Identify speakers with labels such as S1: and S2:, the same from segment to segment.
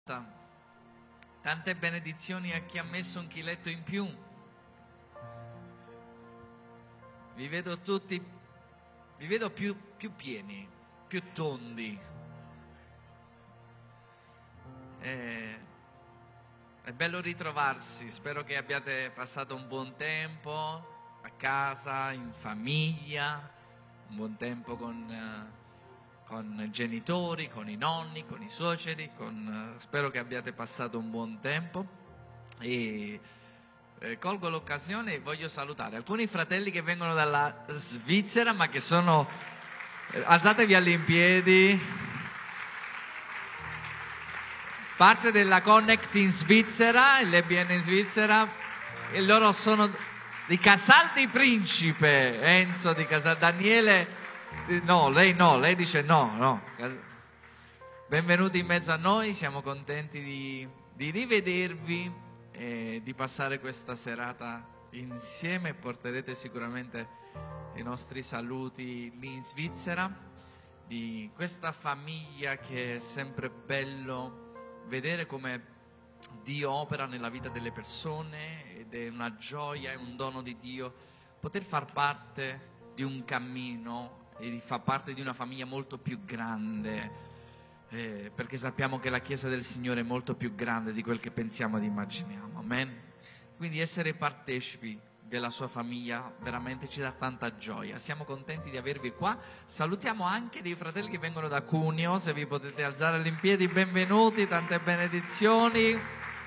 S1: Tante benedizioni a chi ha messo un chiletto in più. Vi vedo tutti, vi vedo più pieni, più tondi. È bello ritrovarsi, spero che abbiate passato un buon tempo a casa, in famiglia, un buon tempo con i genitori, con i nonni, con i suoceri, spero che abbiate passato un buon tempo e colgo l'occasione e voglio salutare alcuni fratelli che vengono dalla Svizzera ma che sono... alzatevi all'impiedi. Parte della Connect in Svizzera, l'EBN in Svizzera, e loro sono di Casal di Principe, Enzo di Casal, Daniele, no, lei dice no. Benvenuti in mezzo a noi, siamo contenti di rivedervi e di passare questa serata insieme. Porterete sicuramente i nostri saluti lì in Svizzera, di questa famiglia che è sempre bello vedere come Dio opera nella vita delle persone, ed è una gioia, è un dono di Dio poter far parte di un cammino e di far parte di una famiglia molto più grande, perché sappiamo che la Chiesa del Signore è molto più grande di quel che pensiamo ed immaginiamo. Amen. Quindi essere partecipi della sua famiglia veramente ci dà tanta gioia. Siamo contenti di avervi qua. Salutiamo anche dei fratelli che vengono da Cuneo, se vi potete alzare all'impiedi, benvenuti, tante benedizioni,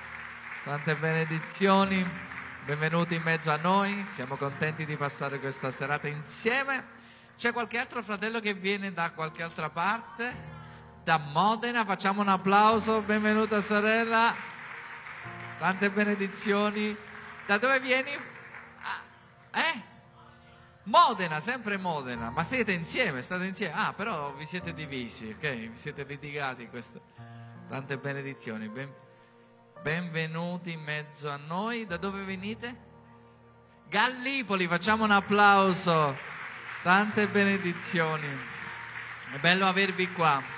S1: benvenuti in mezzo a noi, siamo contenti di passare questa serata insieme. C'è qualche altro fratello che viene da qualche altra parte? Da Modena, facciamo un applauso, benvenuta sorella, tante benedizioni. Da dove vieni? Modena, sempre Modena. Ma siete insieme, state insieme? Ah, però vi siete divisi, ok? Vi siete litigati questo. Tante benedizioni. Benvenuti in mezzo a noi. Da dove venite? Gallipoli, facciamo un applauso. Tante benedizioni. È bello avervi qua.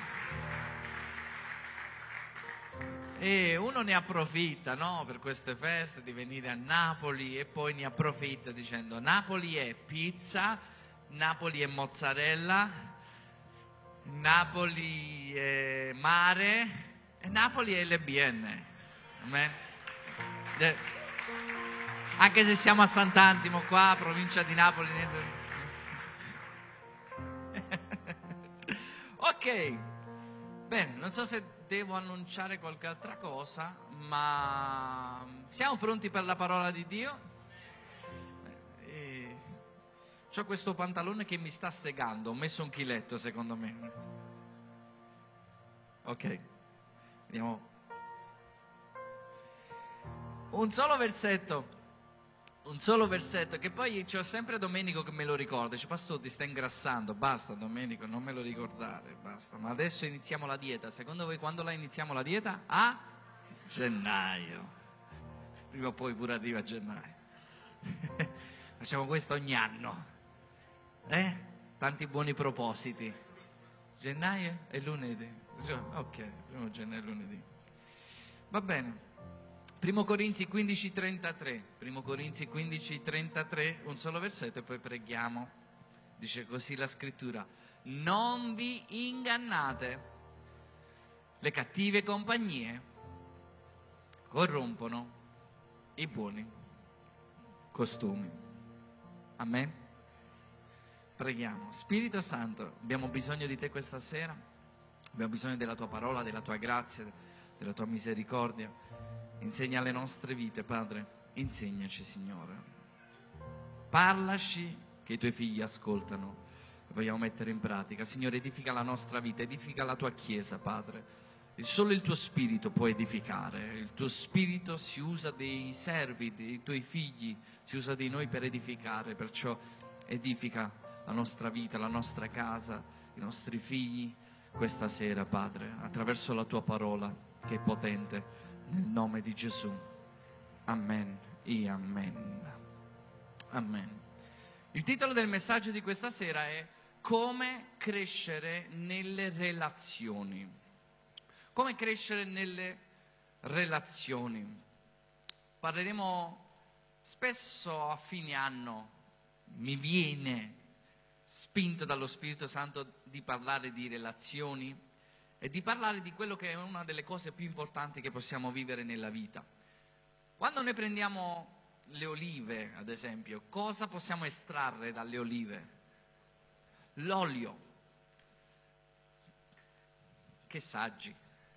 S1: E uno ne approfitta, no, per queste feste di venire a Napoli, e poi ne approfitta dicendo: Napoli è pizza, Napoli è mozzarella, Napoli è mare e Napoli è l'EBN. Amen. Anche se siamo a Sant'Antimo qua, provincia di Napoli. Ok, bene, non so se devo annunciare qualche altra cosa, ma siamo pronti per la parola di Dio? C'ho questo pantalone che mi sta segando, ho messo un chiletto secondo me. Ok, andiamo. Un solo versetto, che poi c'ho sempre Domenico che me lo ricorda, dice: Pastore, ti stai ingrassando, basta Domenico, non me lo ricordare, basta. Ma adesso iniziamo la dieta. Secondo voi quando la iniziamo la dieta? A gennaio. Prima o poi pure arriva a gennaio. Facciamo questo ogni anno. Tanti buoni propositi. Gennaio e lunedì. Ok, primo gennaio e lunedì. Va bene. Primo Corinzi 15:33, un solo versetto e poi preghiamo. Dice così la scrittura: non vi ingannate, le cattive compagnie corrompono i buoni costumi. Amen. Preghiamo. Spirito Santo, abbiamo bisogno di te questa sera, abbiamo bisogno della tua parola, della tua grazia, della tua misericordia. Insegna le nostre vite, Padre, insegnaci, Signore. Parlaci, che i tuoi figli ascoltano e vogliamo mettere in pratica. Signore, edifica la nostra vita, edifica la tua Chiesa, Padre. Solo il tuo Spirito può edificare. Il tuo Spirito si usa dei servi, dei tuoi figli, si usa di noi per edificare. Perciò edifica la nostra vita, la nostra casa, i nostri figli questa sera, Padre, attraverso la tua parola che è potente. Nel nome di Gesù. Amen e amen. Amen. Il titolo del messaggio di questa sera è Come crescere nelle relazioni. Come crescere nelle relazioni. Parleremo spesso a fine anno, mi viene spinto dallo Spirito Santo di parlare di relazioni e di parlare di quello che è una delle cose più importanti che possiamo vivere nella vita. Quando noi prendiamo le olive, ad esempio, cosa possiamo estrarre dalle olive? L'olio. Che saggi.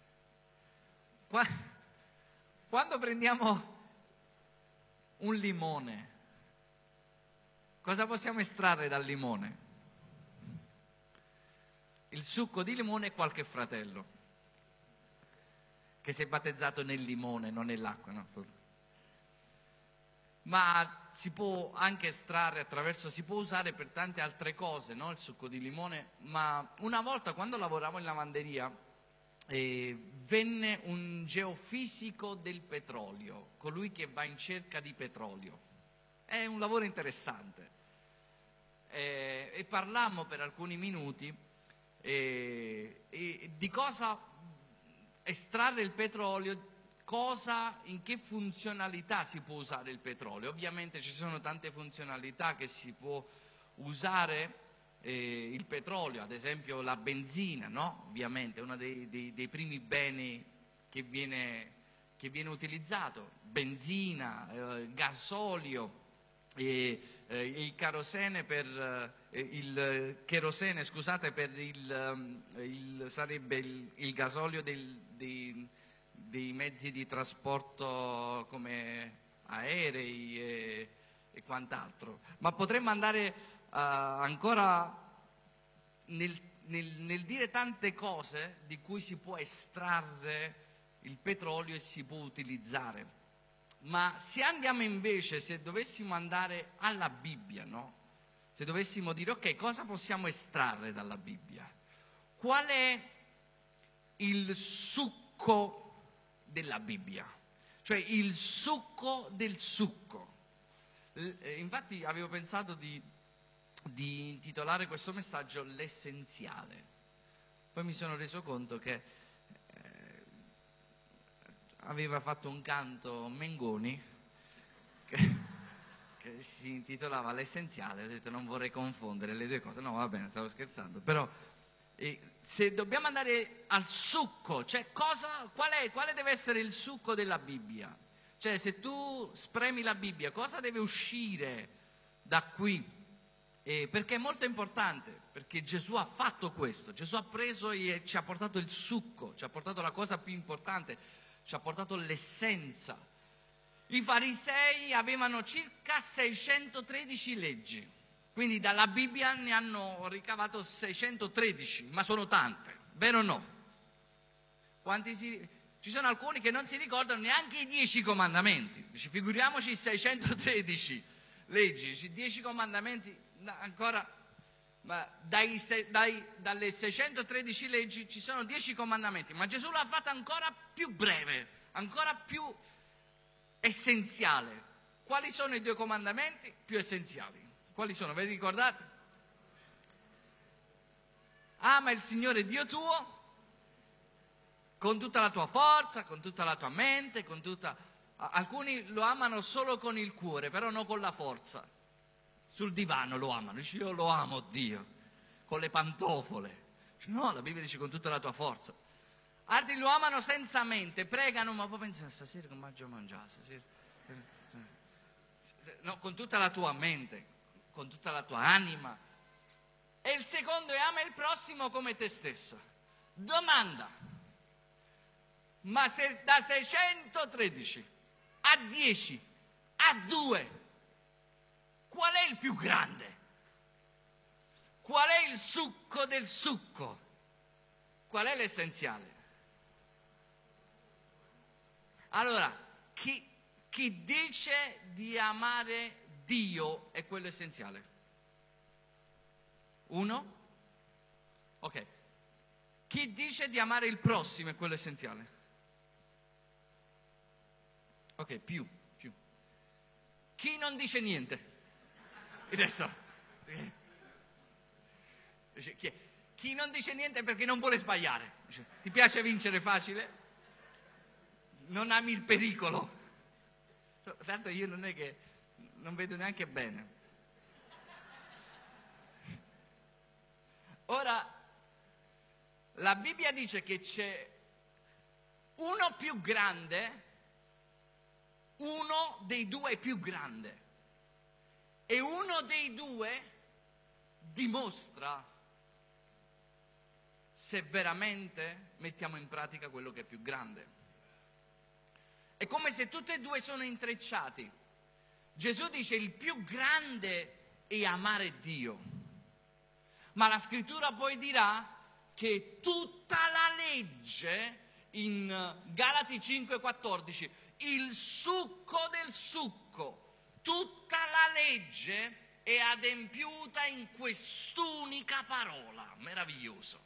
S1: Quando prendiamo un limone, cosa possiamo estrarre dal limone? Il succo di limone e qualche fratello che si è battezzato nel limone, non nell'acqua, no? Ma si può anche estrarre attraverso, si può usare per tante altre cose, no? Il succo di limone. Ma una volta, quando lavoravo in lavanderia, venne un geofisico del petrolio, colui che va in cerca di petrolio. È un lavoro interessante. E parlammo per alcuni minuti di cosa estrarre il petrolio, in che funzionalità si può usare il petrolio. Ovviamente ci sono tante funzionalità che si può usare il petrolio, ad esempio la benzina, no? Ovviamente è uno dei primi beni che viene utilizzato, benzina, gasolio, il kerosene scusate, sarebbe il gasolio dei mezzi di trasporto come aerei e quant'altro. Ma potremmo andare ancora nel dire tante cose di cui si può estrarre il petrolio e si può utilizzare. Ma se andiamo invece, se dovessimo andare alla Bibbia, no? Se dovessimo dire, ok, cosa possiamo estrarre dalla Bibbia? Qual è il succo della Bibbia? Cioè il succo del succo. Infatti avevo pensato di intitolare questo messaggio l'essenziale. Poi mi sono reso conto che aveva fatto un canto Mengoni che si intitolava l'essenziale. Ho detto non vorrei confondere le due cose. No, va bene, stavo scherzando. Però se dobbiamo andare al succo, cioè quale deve essere il succo della Bibbia? Cioè se tu spremi la Bibbia, cosa deve uscire da qui? Perché è molto importante, perché Gesù ha fatto questo. Gesù ha preso e ci ha portato il succo, ci ha portato la cosa più importante, ci ha portato l'essenza. I farisei avevano circa 613 leggi, quindi dalla Bibbia ne hanno ricavato 613, ma sono tante, vero o no? Ci sono alcuni che non si ricordano neanche i 10 comandamenti, figuriamoci 613 leggi, 10 comandamenti ancora, ma dalle 613 leggi ci sono 10 comandamenti, ma Gesù l'ha fatta ancora più breve, ancora più essenziale. Quali sono i 2 comandamenti più essenziali? Quali sono? Ve li ricordate? Ama il Signore Dio tuo con tutta la tua forza, con tutta la tua mente, alcuni lo amano solo con il cuore, però non con la forza. Sul divano lo amano, dice io lo amo Dio, con le pantofole. No, la Bibbia dice con tutta la tua forza. Altri lo amano senza mente, pregano, ma poi pensano stasera come mangio mangiare, stasera. No, con tutta la tua mente, con tutta la tua anima. E il secondo è ama il prossimo come te stesso. Domanda, ma se da 613 a 10 a 2, qual è il più grande? Qual è il succo del succo? Qual è l'essenziale? Allora, chi dice di amare Dio è quello essenziale? Uno? Ok. Chi dice di amare il prossimo è quello essenziale? Ok, più. Chi non dice niente? Adesso, chi non dice niente perché non vuole sbagliare. Ti piace vincere facile?
S2: non ami il pericolo. Tanto io non è che non vedo neanche bene. Ora, la Bibbia dice che c'è uno più grande, uno dei due è più grande, e uno dei due dimostra se veramente mettiamo in pratica quello che è più grande. È come se tutti e due sono intrecciati. Gesù dice il più grande è amare Dio, ma la scrittura poi dirà che tutta la legge, in Galati 5,14, il succo del succo, tutta la legge è adempiuta in quest'unica parola. Meraviglioso.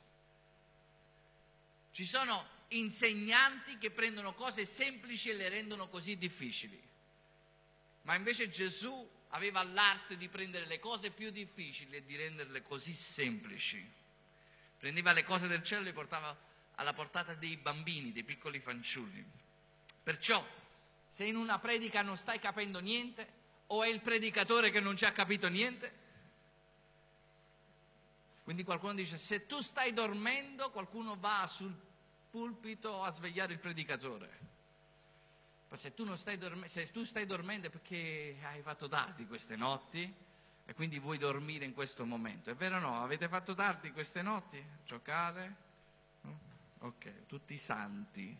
S2: Ci sono insegnanti che prendono cose semplici e le rendono così difficili, ma invece Gesù aveva l'arte di prendere le cose più difficili e di renderle così semplici. Prendeva le cose del cielo e le portava alla portata dei bambini, dei piccoli fanciulli. Perciò, se in una predica non stai capendo niente, o è il predicatore che non ci ha capito niente. Quindi qualcuno dice, se tu stai dormendo, qualcuno va sul pulpito a svegliare il predicatore. Ma se tu stai dormendo è perché hai fatto tardi queste notti e quindi vuoi dormire in questo momento. È vero o no? Avete fatto tardi queste notti? Giocare? Ok, tutti santi.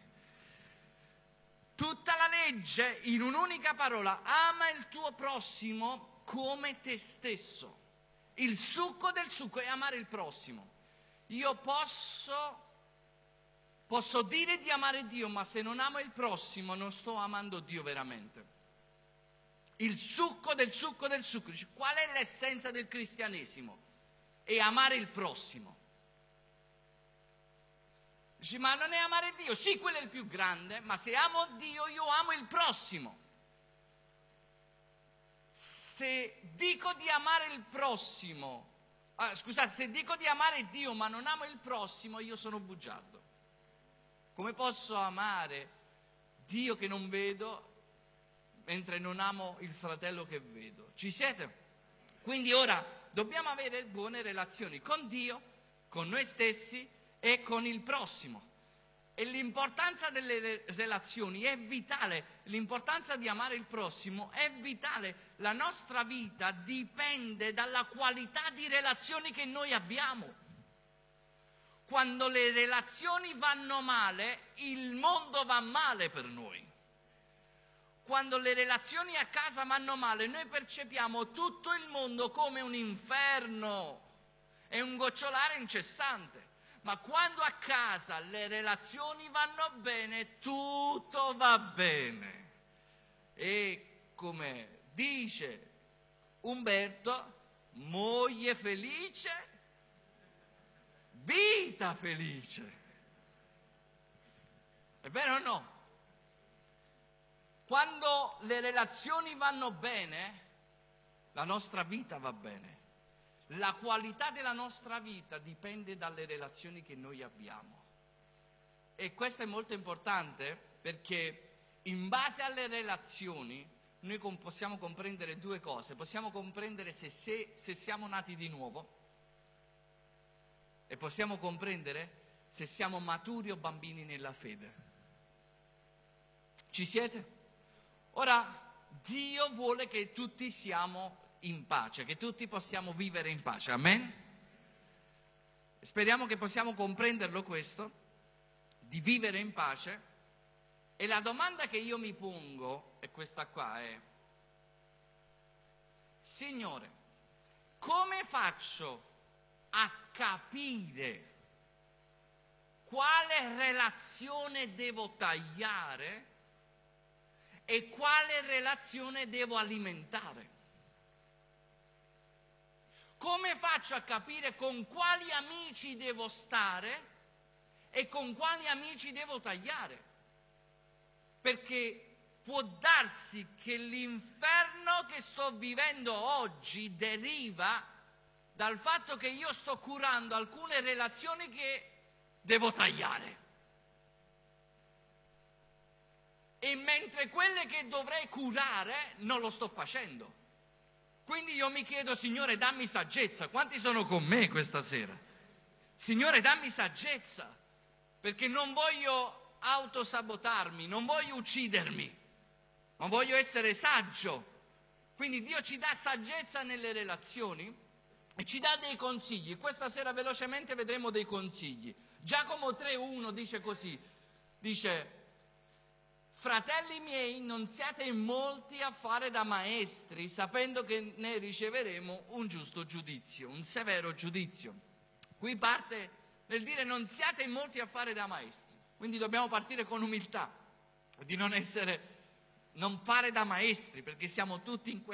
S2: Tutta la legge in un'unica parola: ama il tuo prossimo come te stesso. Il succo del succo è amare il prossimo. Io posso dire di amare Dio, ma se non amo il prossimo non sto amando Dio veramente. Il succo del succo del succo. Qual è l'essenza del cristianesimo? È amare il prossimo. Dici, ma non è amare Dio? Sì, quello è il più grande, ma se amo Dio io amo il prossimo. Se dico di amare il prossimo, se dico di amare Dio ma non amo il prossimo, io sono bugiardo. Come posso amare Dio che non vedo mentre non amo il fratello che vedo? Ci siete? Quindi ora dobbiamo avere buone relazioni con Dio, con noi stessi e con il prossimo. E l'importanza delle relazioni è vitale, l'importanza di amare il prossimo è vitale. La nostra vita dipende dalla qualità di relazioni che noi abbiamo. Quando le relazioni vanno male, il mondo va male per noi. Quando le relazioni a casa vanno male, noi percepiamo tutto il mondo come un inferno, è un gocciolare incessante. Ma quando a casa le relazioni vanno bene, tutto va bene. E come dice Umberto, moglie felice, vita felice. È vero o no? Quando le relazioni vanno bene, la nostra vita va bene. La qualità della nostra vita dipende dalle relazioni che noi abbiamo. E questo è molto importante perché in base alle relazioni noi possiamo comprendere due cose. Possiamo comprendere se siamo nati di nuovo e possiamo comprendere se siamo maturi o bambini nella fede. Ci siete? Ora, Dio vuole che tutti siamo in pace, che tutti possiamo vivere in pace, amen? Speriamo che possiamo comprenderlo questo, di vivere in pace. E la domanda che io mi pongo è questa qua, è: Signore, come faccio a capire quale relazione devo tagliare e quale relazione devo alimentare? Come faccio a capire con quali amici devo stare e con quali amici devo tagliare? Perché può darsi che l'inferno che sto vivendo oggi deriva dal fatto che io sto curando alcune relazioni che devo tagliare. e mentre quelle che dovrei curare non lo sto facendo. Quindi io mi chiedo, Signore, dammi saggezza. Quanti sono con me questa sera? Signore, dammi saggezza, perché non voglio autosabotarmi, non voglio uccidermi, ma voglio essere saggio. Quindi Dio ci dà saggezza nelle relazioni e ci dà dei consigli. Questa sera velocemente vedremo dei consigli. Giacomo 3,1 dice così, dice: fratelli miei, non siate in molti a fare da maestri, sapendo che ne riceveremo un giusto giudizio, un severo giudizio. Qui parte nel dire non siate in molti a fare da maestri, quindi dobbiamo partire con umiltà, di non fare da maestri, perché siamo tutti in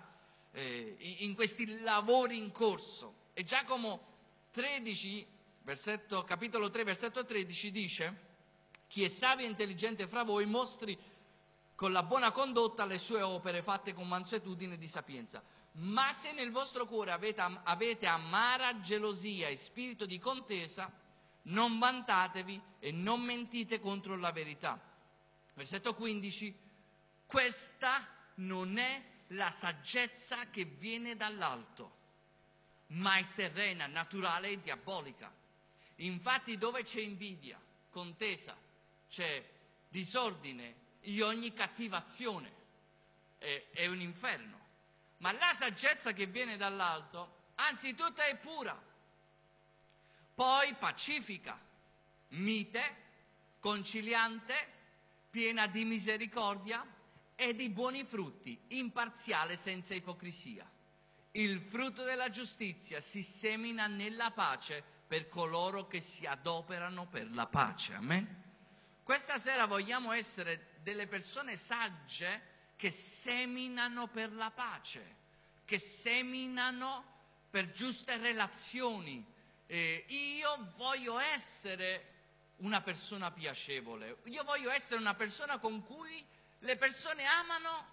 S2: questi lavori in corso. E Giacomo 13, capitolo 3, versetto 13 dice: chi è savio e intelligente fra voi mostri con la buona condotta le sue opere fatte con mansuetudine di sapienza. Ma se nel vostro cuore avete amara gelosia e spirito di contesa, non vantatevi e non mentite contro la verità. Versetto 15: questa non è la saggezza che viene dall'alto, ma è terrena, naturale e diabolica. Infatti dove c'è invidia, contesa, c'è disordine e ogni cattiva azione, è un inferno. Ma la saggezza che viene dall'alto, anzitutto è pura, poi pacifica, mite, conciliante, piena di misericordia e di buoni frutti, imparziale, senza ipocrisia. Il frutto della giustizia si semina nella pace per coloro che si adoperano per la pace. Amen? Questa sera vogliamo essere delle persone sagge che seminano per la pace, che seminano per giuste relazioni. Io voglio essere una persona piacevole, io voglio essere una persona con cui le persone amano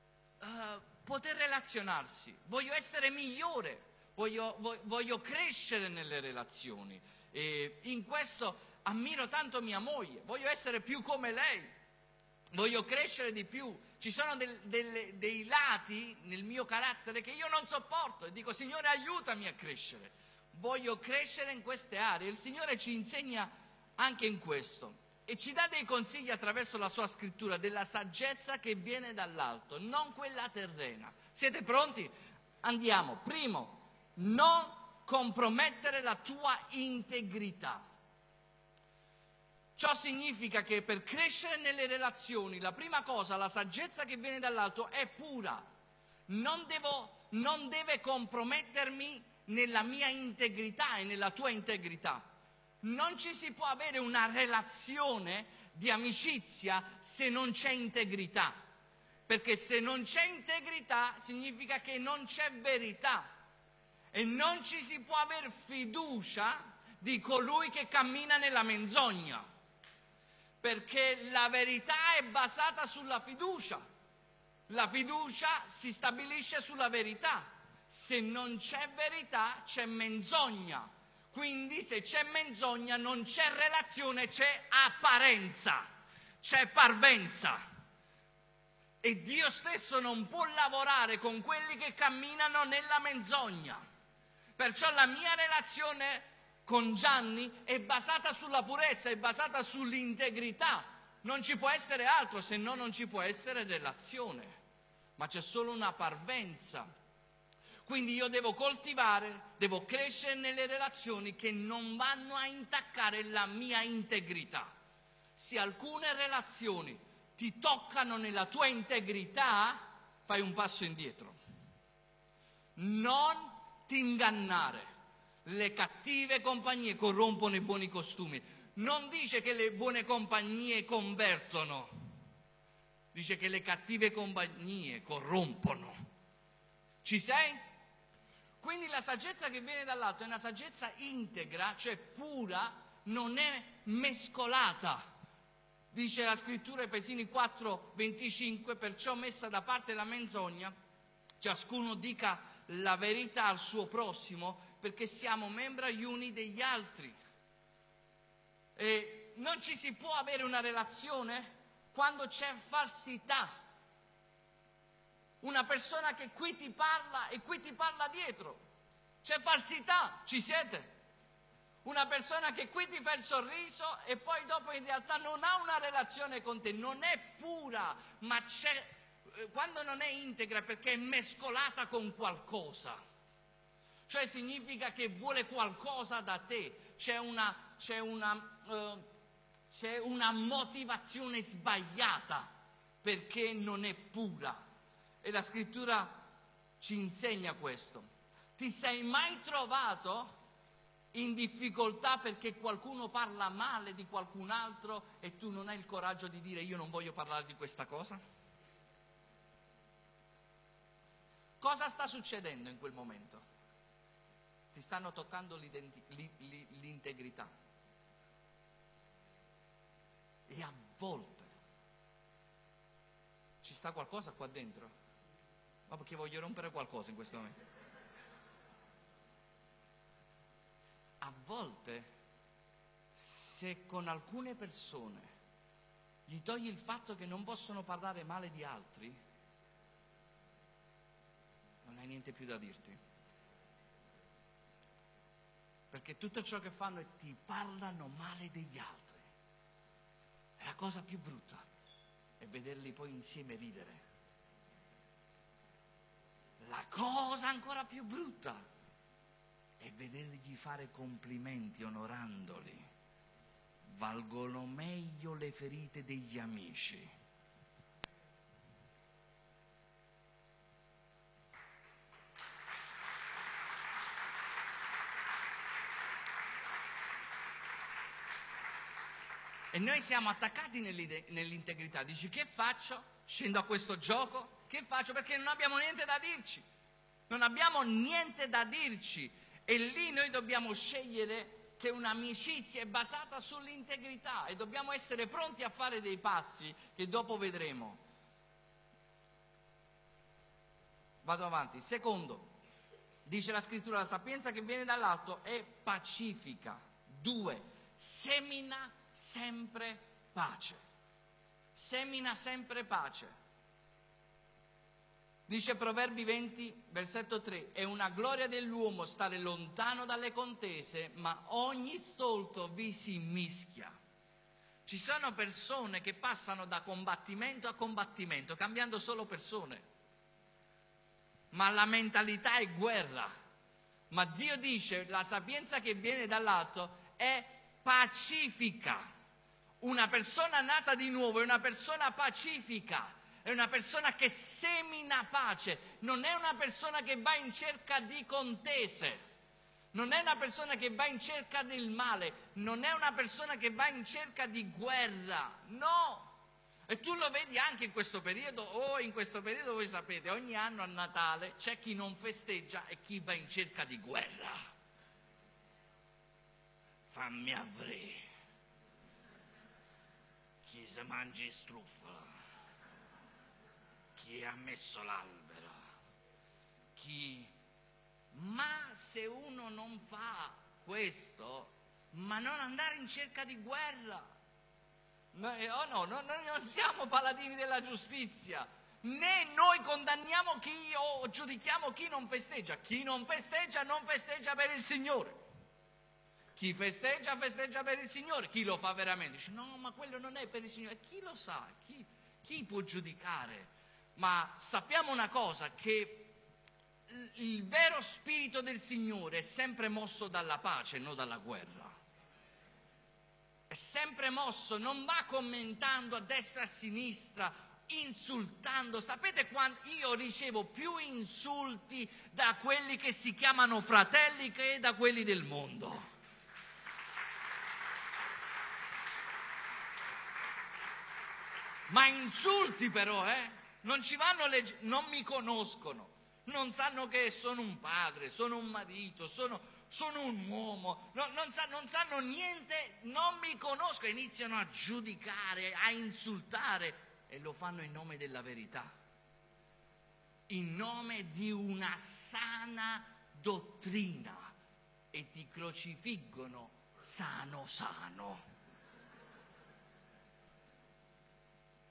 S2: poter relazionarsi, voglio essere migliore, voglio crescere nelle relazioni. In questo ammiro tanto mia moglie, voglio essere più come lei, voglio crescere di più. Ci sono dei lati nel mio carattere che io non sopporto e dico: Signore, aiutami a crescere. Voglio crescere in queste aree. Il Signore ci insegna anche in questo e ci dà dei consigli attraverso la sua scrittura della saggezza che viene dall'alto, non quella terrena. Siete pronti? Andiamo. Primo, non compromettere la tua integrità. Ciò significa che per crescere nelle relazioni, la prima cosa, la saggezza che viene dall'alto è pura. Non deve compromettermi nella mia integrità e nella tua integrità. Non ci si può avere una relazione di amicizia se non c'è integrità. Perché se non c'è integrità significa che non c'è verità. E non ci si può avere fiducia di colui che cammina nella menzogna. Perché la verità è basata sulla fiducia. La fiducia si stabilisce sulla verità. Se non c'è verità, c'è menzogna. Quindi se c'è menzogna non c'è relazione, c'è apparenza, c'è parvenza. E Dio stesso non può lavorare con quelli che camminano nella menzogna. Perciò la mia relazione con Gianni è basata sulla purezza, è basata sull'integrità. Non ci può essere altro, se no non ci può essere relazione, ma c'è solo una parvenza. Quindi io devo coltivare, devo crescere nelle relazioni che non vanno a intaccare la mia integrità. Se alcune relazioni ti toccano nella tua integrità, fai un passo indietro. Non ti ingannare. Le cattive compagnie corrompono i buoni costumi. Non dice che le buone compagnie convertono, dice che le cattive compagnie corrompono. Ci sei? Quindi la saggezza che viene dall'alto è una saggezza integra, cioè pura, non è mescolata. Dice la scrittura, Efesini 4:25, perciò messa da parte la menzogna, ciascuno dica la verità al suo prossimo, perché siamo membra gli uni degli altri. E non ci si può avere una relazione quando c'è falsità. Una persona che qui ti parla e qui ti parla dietro. C'è falsità, ci siete? Una persona che qui ti fa il sorriso e poi dopo in realtà non ha una relazione con te, non è pura, ma c'è, quando non è integra è perché è mescolata con qualcosa. Cioè significa che vuole qualcosa da te, c'è una motivazione sbagliata perché non è pura. E la scrittura ci insegna questo. Ti sei mai trovato in difficoltà perché qualcuno parla male di qualcun altro e tu non hai il coraggio di dire io non voglio parlare di questa cosa? Cosa sta succedendo in quel momento? Ti stanno toccando l'integrità. E a volte ci sta qualcosa qua dentro. Ma perché voglio rompere qualcosa in questo momento. A volte, se con alcune persone gli togli il fatto che non possono parlare male di altri, non hai niente più da dirti. Perché tutto ciò che fanno è ti parlano male degli altri. E la cosa più brutta è vederli poi insieme ridere. La cosa ancora più brutta è vedergli fare complimenti onorandoli. Valgono meglio le ferite degli amici. E noi siamo attaccati nell'integrità. Dici, che faccio? Scendo a questo gioco? Che faccio? Perché non abbiamo niente da dirci. Non abbiamo niente da dirci. E lì noi dobbiamo scegliere che un'amicizia è basata sull'integrità e dobbiamo essere pronti a fare dei passi che dopo vedremo. Vado avanti. Secondo, dice la scrittura, la sapienza che viene dall'alto è pacifica. 2, semina sempre pace. Semina sempre pace. Dice Proverbi 20, versetto 3, è una gloria dell'uomo stare lontano dalle contese, ma ogni stolto vi si mischia. Ci sono persone che passano da combattimento a combattimento, cambiando solo persone. Ma la mentalità è guerra. Ma Dio dice, la sapienza che viene dall'alto è pacifica. Una persona nata di nuovo è una persona pacifica. È una persona che semina pace, non è una persona che va in cerca di contese, non è una persona che va in cerca del male, non è una persona che va in cerca di guerra, no! E tu lo vedi anche in questo periodo, in questo periodo voi sapete, ogni anno a Natale c'è chi non festeggia e chi va in cerca di guerra. Fammi avere, chi si mangia e struffa. Chi ha messo l'albero, ma se uno non fa questo, ma non andare in cerca di guerra. Noi non siamo paladini della giustizia, né noi condanniamo chi o giudichiamo chi non festeggia. Chi non festeggia per il Signore. Chi festeggia per il Signore. Chi lo fa veramente dice no, ma quello non è per il Signore. Chi lo sa? Chi può giudicare? Ma sappiamo una cosa, che il vero spirito del Signore è sempre mosso dalla pace, non dalla guerra. È sempre mosso, non va commentando a destra e a sinistra, insultando. Sapete quando io ricevo più insulti da quelli che si chiamano fratelli che da quelli del mondo? Ma insulti però, non ci vanno non mi conoscono, non sanno che sono un padre, sono un marito, sono un uomo, non sanno niente, non mi conoscono, iniziano a giudicare, a insultare e lo fanno in nome della verità, in nome di una sana dottrina e ti crocifiggono sano.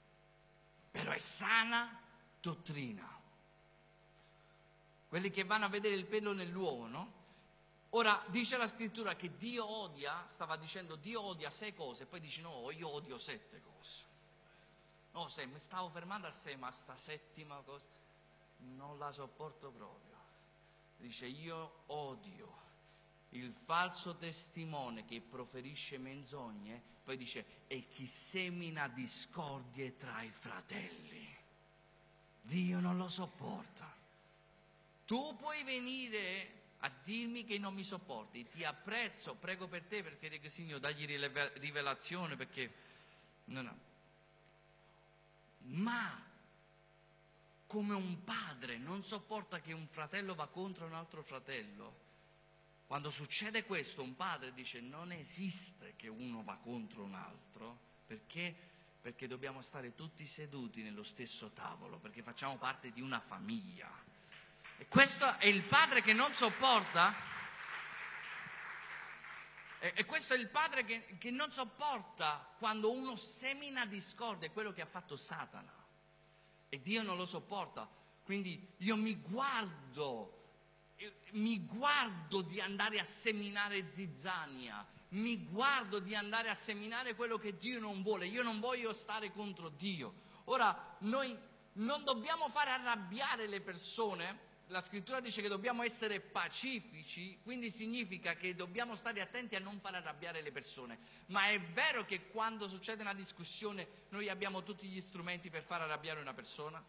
S2: però è sana dottrina. Quelli che vanno a vedere il pelo nell'uovo, no? Ora dice la scrittura che Dio odia, stava dicendo Dio odia 6 cose, poi dice no, io odio 7 cose. No, se mi stavo fermando a 6, ma sta settima cosa non la sopporto proprio. Dice io odio il falso testimone che proferisce menzogne, poi dice e chi semina discordie tra i fratelli. Dio non lo sopporta. Tu puoi venire a dirmi che non mi sopporti, ti apprezzo, prego per te perché dico Signore dagli rivelazione perché no. Ma come un padre non sopporta che un fratello va contro un altro fratello, quando succede questo un padre dice non esiste che uno va contro un altro, perché dobbiamo stare tutti seduti nello stesso tavolo, perché facciamo parte di una famiglia. E questo è il padre che non sopporta, e questo è il padre che non sopporta quando uno semina discordia, è quello che ha fatto Satana. E Dio non lo sopporta. Quindi io mi guardo di andare a seminare zizzania, mi guardo di andare a seminare quello che Dio non vuole. Io non voglio stare contro Dio. Ora, noi non dobbiamo fare arrabbiare le persone. La scrittura dice che dobbiamo essere pacifici, quindi significa che dobbiamo stare attenti a non far arrabbiare le persone. Ma è vero che quando succede una discussione noi abbiamo tutti gli strumenti per far arrabbiare una persona?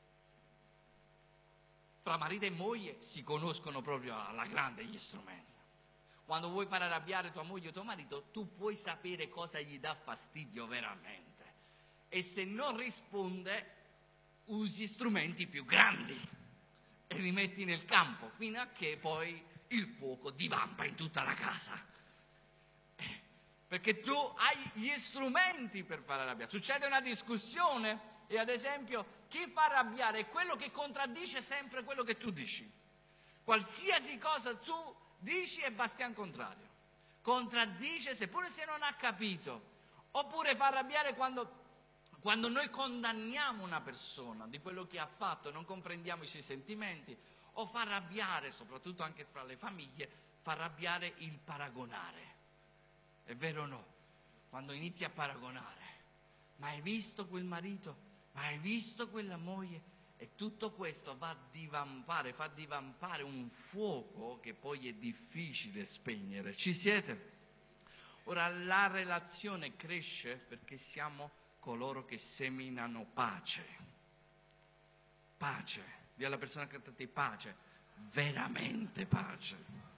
S2: Fra marito e moglie si conoscono proprio alla grande gli strumenti. Quando vuoi far arrabbiare tua moglie o tuo marito, tu puoi sapere cosa gli dà fastidio veramente. E se non risponde, usi strumenti più grandi e li metti nel campo fino a che poi il fuoco divampa in tutta la casa, perché tu hai gli strumenti per far arrabbiare. Succede una discussione e ad esempio chi fa arrabbiare è quello che contraddice sempre quello che tu dici. Qualsiasi cosa tu dici è bastian contrario, contraddice seppure se non ha capito. Oppure fa arrabbiare quando noi condanniamo una persona di quello che ha fatto, non comprendiamo i suoi sentimenti, o fa arrabbiare, soprattutto anche fra le famiglie, fa arrabbiare il paragonare. È vero o no? Quando inizi a paragonare, ma hai visto quel marito? Ma hai visto quella moglie? E tutto questo fa divampare un fuoco che poi è difficile spegnere. Ci siete? Ora la relazione cresce perché siamo coloro che seminano pace. Pace. Dì alla persona che ti pace. Veramente pace.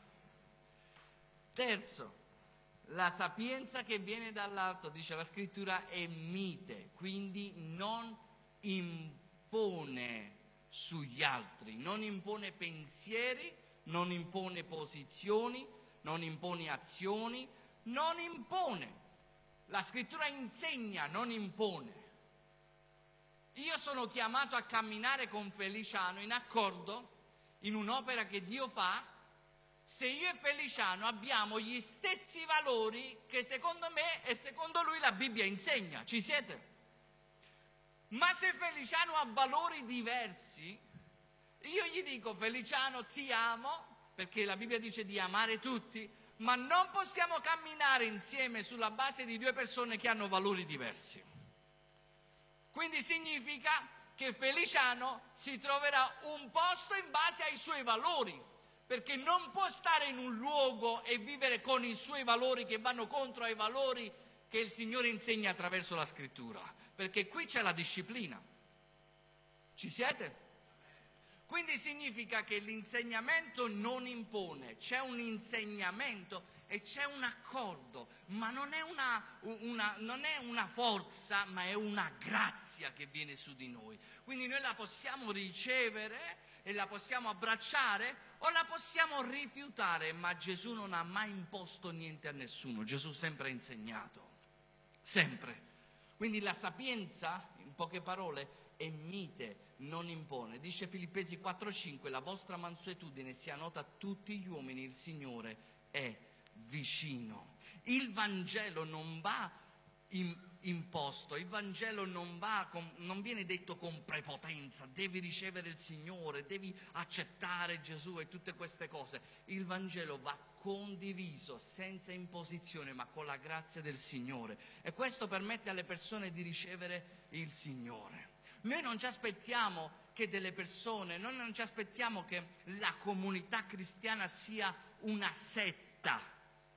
S2: Terzo, la sapienza che viene dall'alto, dice la scrittura, è mite, quindi non impone sugli altri, non impone pensieri, non impone posizioni, non impone azioni, non impone. La scrittura insegna, non impone. Io sono chiamato a camminare con Feliciano in accordo, in un'opera che Dio fa, se io e Feliciano abbiamo gli stessi valori che secondo me e secondo lui la Bibbia insegna. Ci siete? Ma se Feliciano ha valori diversi, io gli dico Feliciano ti amo, perché la Bibbia dice di amare tutti, ma non possiamo camminare insieme sulla base di 2 persone che hanno valori diversi. Quindi significa che Feliciano si troverà un posto in base ai suoi valori, perché non può stare in un luogo e vivere con i suoi valori che vanno contro ai valori che il Signore insegna attraverso la scrittura, perché qui c'è la disciplina. Ci siete? Quindi significa che l'insegnamento non impone, c'è un insegnamento e c'è un accordo, ma non è una forza, ma è una grazia che viene su di noi. Quindi noi la possiamo ricevere e la possiamo abbracciare o la possiamo rifiutare, ma Gesù non ha mai imposto niente a nessuno, Gesù sempre ha insegnato, sempre. Quindi la sapienza, in poche parole, è mite, non impone. Dice Filippesi 4,5: la vostra mansuetudine sia nota a tutti gli uomini, il Signore è vicino. Il Vangelo non va imposto, il Vangelo non viene detto con prepotenza, devi ricevere il Signore, devi accettare Gesù e tutte queste cose. Il Vangelo va condiviso senza imposizione, ma con la grazia del Signore, e questo permette alle persone di ricevere il Signore. Noi non ci aspettiamo che delle persone, noi non ci aspettiamo che la comunità cristiana sia una setta,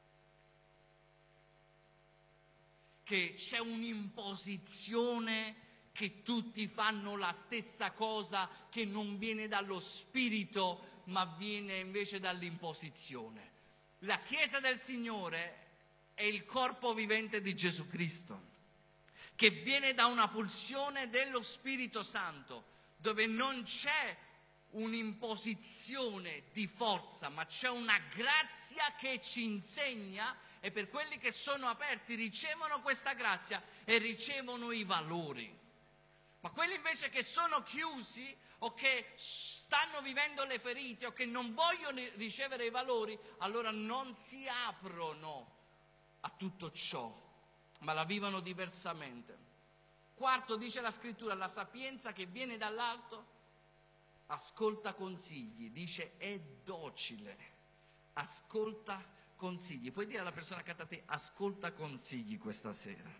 S2: che c'è un'imposizione, che tutti fanno la stessa cosa, che non viene dallo Spirito, ma viene invece dall'imposizione. La Chiesa del Signore è il corpo vivente di Gesù Cristo, che viene da una pulsione dello Spirito Santo, dove non c'è un'imposizione di forza, ma c'è una grazia che ci insegna, e per quelli che sono aperti ricevono questa grazia e ricevono i valori. Ma quelli invece che sono chiusi o che stanno vivendo le ferite o che non vogliono ricevere i valori, allora non si aprono a tutto ciò, ma la vivono diversamente. Quarto, dice la scrittura, la sapienza che viene dall'alto ascolta consigli, dice è docile, ascolta consigli. Puoi dire alla persona accanto a te, ascolta consigli questa sera.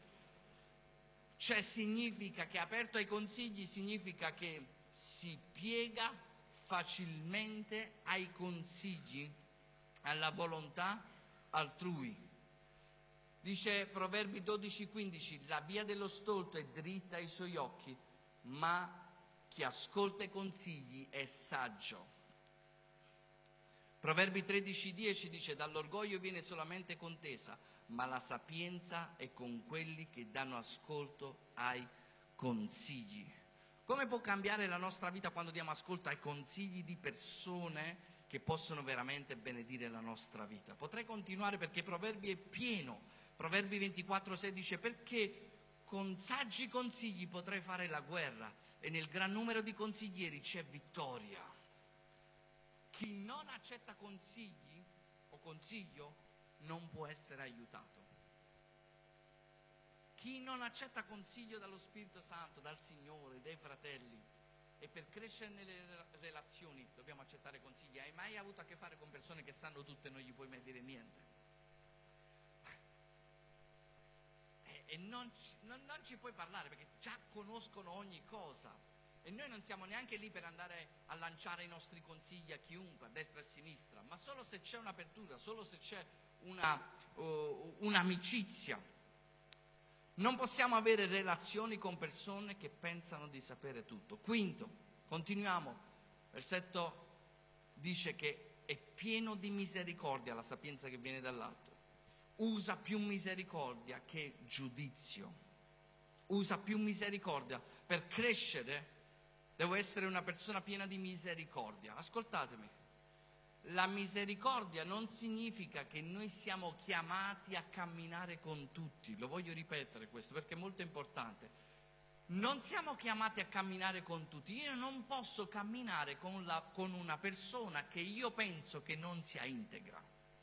S2: Cioè significa che aperto ai consigli significa che si piega facilmente ai consigli, alla volontà altrui. Dice Proverbi 12,15, la via dello stolto è dritta ai suoi occhi, ma chi ascolta i consigli è saggio. Proverbi 13,10 dice, dall'orgoglio viene solamente contesa, ma la sapienza è con quelli che danno ascolto ai consigli. Come può cambiare la nostra vita quando diamo ascolto ai consigli di persone che possono veramente benedire la nostra vita? Potrei continuare perché Proverbi è pieno. Proverbi 24,6 dice, perché con saggi consigli potrei fare la guerra e nel gran numero di consiglieri c'è vittoria. Chi non accetta consigli o consiglio non può essere aiutato. Chi non accetta consiglio dallo Spirito Santo, dal Signore, dai fratelli, e per crescere nelle relazioni dobbiamo accettare consigli. Hai mai avuto a che fare con persone che sanno tutto e non gli puoi mai dire niente? E non ci puoi parlare perché già conoscono ogni cosa. E noi non siamo neanche lì per andare a lanciare i nostri consigli a chiunque, a destra e a sinistra, ma solo se c'è un'apertura, solo se c'è un'amicizia. Non possiamo avere relazioni con persone che pensano di sapere tutto. Quinto, continuiamo. Versetto dice che è pieno di misericordia la sapienza che viene dall'alto. Usa più misericordia che giudizio. Usa più misericordia. Per crescere devo essere una persona piena di misericordia. Ascoltatemi, la misericordia non significa che noi siamo chiamati a camminare con tutti. Lo voglio ripetere questo perché è molto importante. Non siamo chiamati a camminare con tutti. Io non posso camminare con una persona che io penso che non sia integra.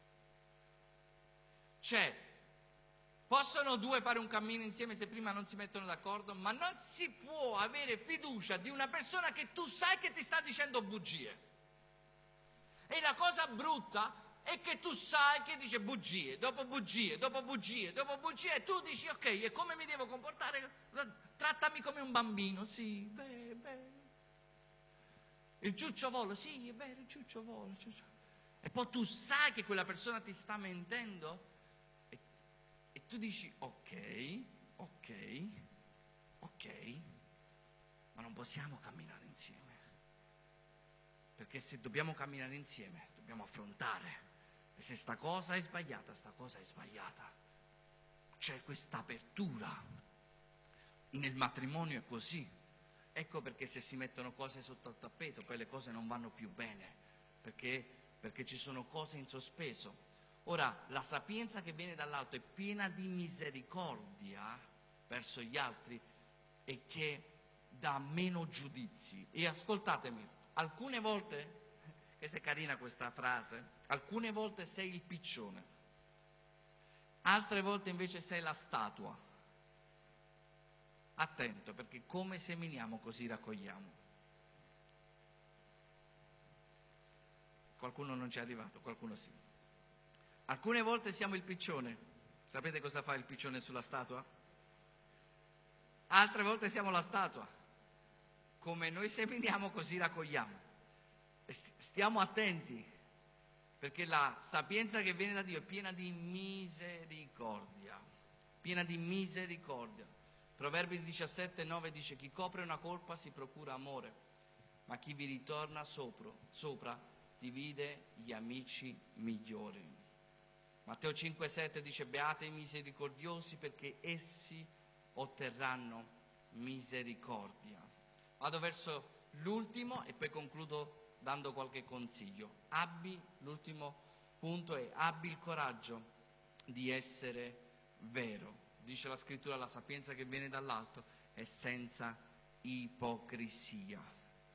S2: Cioè, possono due fare un cammino insieme se prima non si mettono d'accordo, ma non si può avere fiducia di una persona che tu sai che ti sta dicendo bugie. E la cosa brutta è che tu sai che dice bugie, dopo bugie, dopo bugie, dopo bugie, e tu dici ok, e come mi devo comportare? Trattami come un bambino, sì, beh. Il ciucciovolo, sì, è vero, il ciucciovolo. E poi tu sai che quella persona ti sta mentendo? E tu dici ok, ma non possiamo camminare insieme. Perché se dobbiamo camminare insieme, dobbiamo affrontare. E se sta cosa è sbagliata, sta cosa è sbagliata. C'è questa apertura. Nel matrimonio è così. Ecco perché se si mettono cose sotto al tappeto, poi le cose non vanno più bene. Perché ci sono cose in sospeso. Ora, la sapienza che viene dall'alto è piena di misericordia verso gli altri e che dà meno giudizi. E ascoltatemi, alcune volte, questa è carina questa frase, alcune volte sei il piccione, altre volte invece sei la statua. attento, perché come seminiamo così raccogliamo. Qualcuno non ci è arrivato, qualcuno sì. Alcune volte siamo il piccione. Sapete cosa fa il piccione sulla statua? Altre volte siamo la statua. Come noi seminiamo così raccogliamo. E stiamo attenti, perché la sapienza che viene da Dio è piena di misericordia. Piena di misericordia. Proverbi 17:9 dice: chi copre una colpa si procura amore, ma chi vi ritorna sopra divide gli amici migliori. Matteo 5:7 dice: beati i misericordiosi, perché essi otterranno misericordia. Vado verso l'ultimo e poi concludo dando qualche consiglio. L'ultimo punto è: abbi il coraggio di essere vero. Dice la scrittura: la sapienza che viene dall'alto è senza ipocrisia.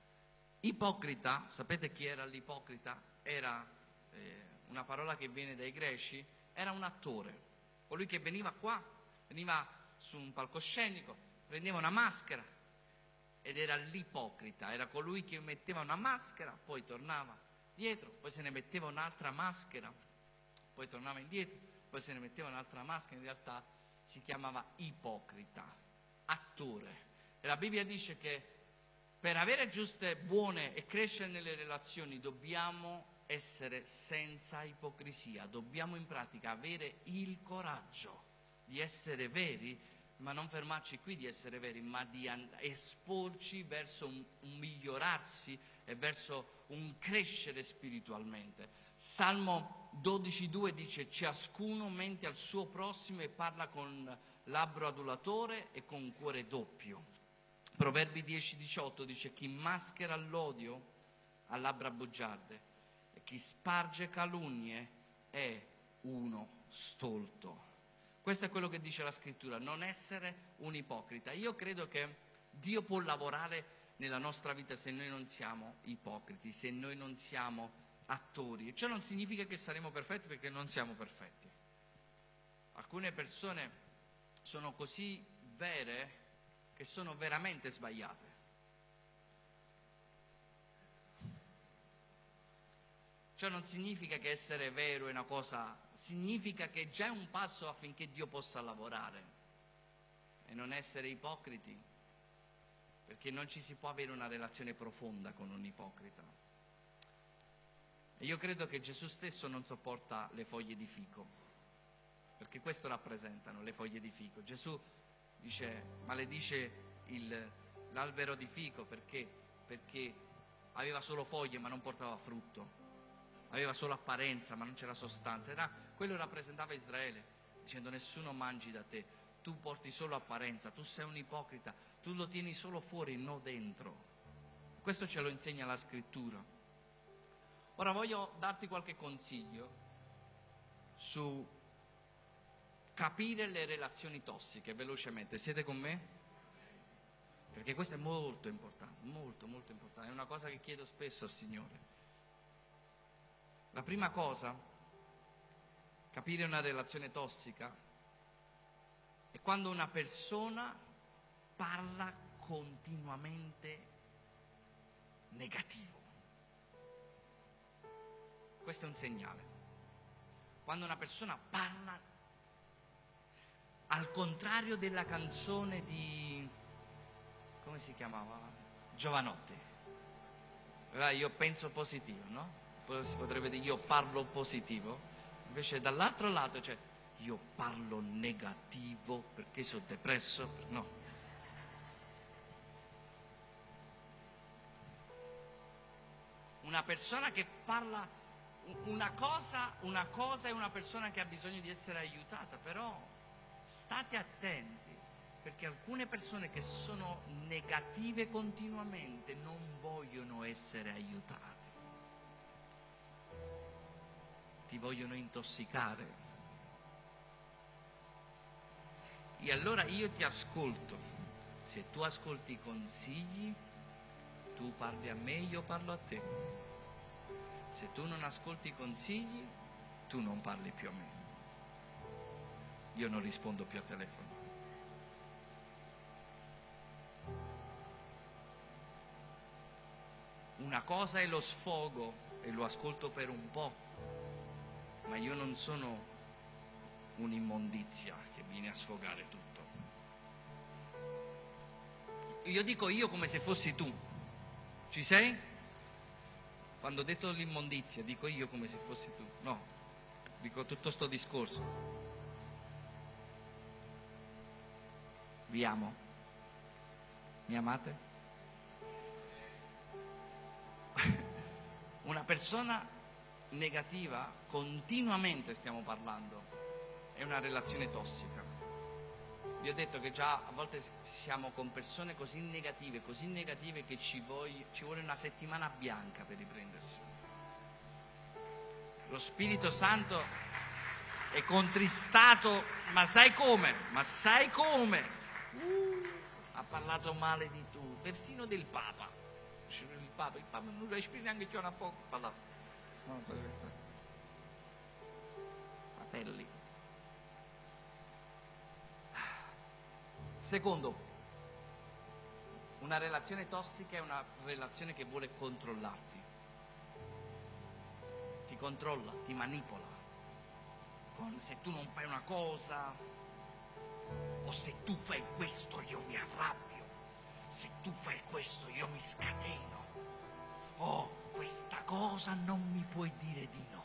S2: Ipocrita, sapete chi era l'ipocrita? Era una parola che viene dai greci, era un attore, colui che veniva qua, veniva su un palcoscenico, prendeva una maschera ed era l'ipocrita, era colui che metteva una maschera, poi tornava dietro, poi se ne metteva un'altra maschera, poi tornava indietro, poi se ne metteva un'altra maschera, in realtà si chiamava ipocrita, attore. E la Bibbia dice che per avere giuste, buone e crescere nelle relazioni dobbiamo essere senza ipocrisia, dobbiamo in pratica avere il coraggio di essere veri, ma non fermarci qui di essere veri, ma di esporci verso un migliorarsi e verso un crescere spiritualmente. Salmo 12:2 dice: ciascuno mente al suo prossimo e parla con labbro adulatore e con cuore doppio. Proverbi 10:18 dice: chi maschera l'odio ha labbra bugiarde e chi sparge calunnie è uno stolto. Questo è quello che dice la scrittura, non essere un ipocrita. Io credo che Dio può lavorare nella nostra vita se noi non siamo ipocriti, se noi non siamo attori. Ciò non significa che saremo perfetti, perché non siamo perfetti. Alcune persone sono così vere che sono veramente sbagliate. Ciò non significa che essere vero è una cosa, significa che già è un passo affinché Dio possa lavorare e non essere ipocriti, perché non ci si può avere una relazione profonda con un ipocrita. E io credo che Gesù stesso non sopporta le foglie di fico, perché questo rappresentano le foglie di fico. Gesù maledice l'albero di fico perché aveva solo foglie ma non portava frutto, aveva solo apparenza ma non c'era sostanza. Quello rappresentava Israele, dicendo: nessuno mangi da te, tu porti solo apparenza, tu sei un ipocrita, tu lo tieni solo fuori, non dentro. Questo ce lo insegna la scrittura. Ora voglio darti qualche consiglio su capire le relazioni tossiche velocemente. Siete con me? Perché questo è molto importante, molto molto importante, è una cosa che chiedo spesso al Signore. La prima cosa, capire una relazione tossica, è quando una persona parla continuamente negativo. Questo è un segnale. Quando una persona parla al contrario della canzone di, come si chiamava? Giovanotti. Io penso positivo, no? Poi si potrebbe dire io parlo positivo. Invece dall'altro lato c'è io parlo negativo perché sono depresso. No. Una persona che parla una cosa è una persona che ha bisogno di essere aiutata, però state attenti, perché alcune persone che sono negative continuamente non vogliono essere aiutate, ti vogliono intossicare. E allora io ti ascolto. Se tu ascolti i consigli, tu parli a me, io parlo a te. Se tu non ascolti i consigli, tu non parli più a me. Io non rispondo più al telefono. una cosa è lo sfogo e lo ascolto per un po', ma io non sono un'immondizia che viene a sfogare tutto. Io dico io come se fossi tu. Ci sei? Quando ho detto l'immondizia, dico io come se fossi tu. No, dico tutto sto discorso. Vi amo. Mi amate? Una persona negativa, continuamente stiamo parlando, è una relazione tossica. Vi ho detto che già a volte siamo con persone così negative che ci vuole una settimana bianca per riprendersi. Lo Spirito Santo è contristato, ma sai come? Ma sai come? Ha parlato male di tu, persino del Papa. Il Papa non lo respiri neanche già un po', ha parlato. No, fratelli. Secondo, una relazione tossica è una relazione che vuole controllarti. Ti controlla, ti manipola. Se tu non fai una cosa, o se tu fai questo io mi arrabbio, se tu fai questo io mi scateno, o questa cosa non mi puoi dire di no.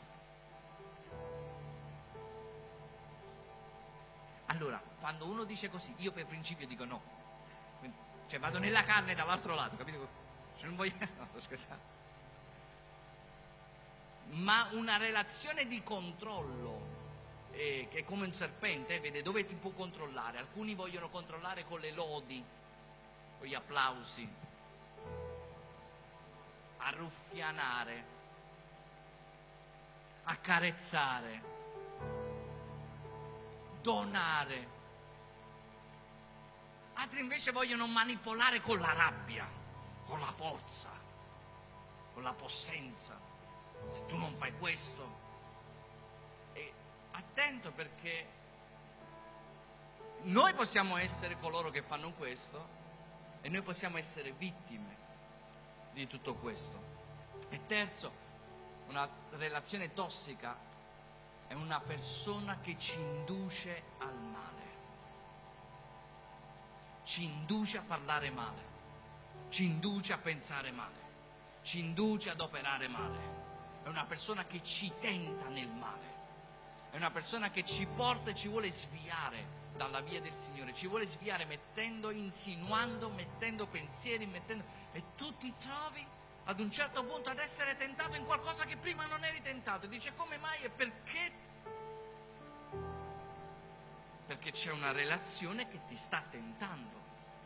S2: Allora, quando uno dice così, io per principio dico no. Cioè vado nella carne dall'altro lato, capito? Se non voglio... No, sto scherzando. Ma una relazione di controllo, che è come un serpente, vede dove ti può controllare. Alcuni vogliono controllare con le lodi, con gli applausi, arruffianare, accarezzare, donare. Altri invece vogliono manipolare con la rabbia, con la forza, con la possenza. Se tu non fai questo, e attento, perché noi possiamo essere coloro che fanno questo e noi possiamo essere vittime di tutto questo. E terzo, una relazione tossica è una persona che ci induce al male, ci induce a parlare male, ci induce a pensare male, ci induce ad operare male. È una persona che ci tenta nel male, è una persona che ci porta e ci vuole sviare dalla via del Signore, ci vuole sviare insinuando, mettendo pensieri, e tu ti trovi ad un certo punto ad essere tentato in qualcosa che prima non eri tentato. Dice: come mai e perché? Perché c'è una relazione che ti sta tentando.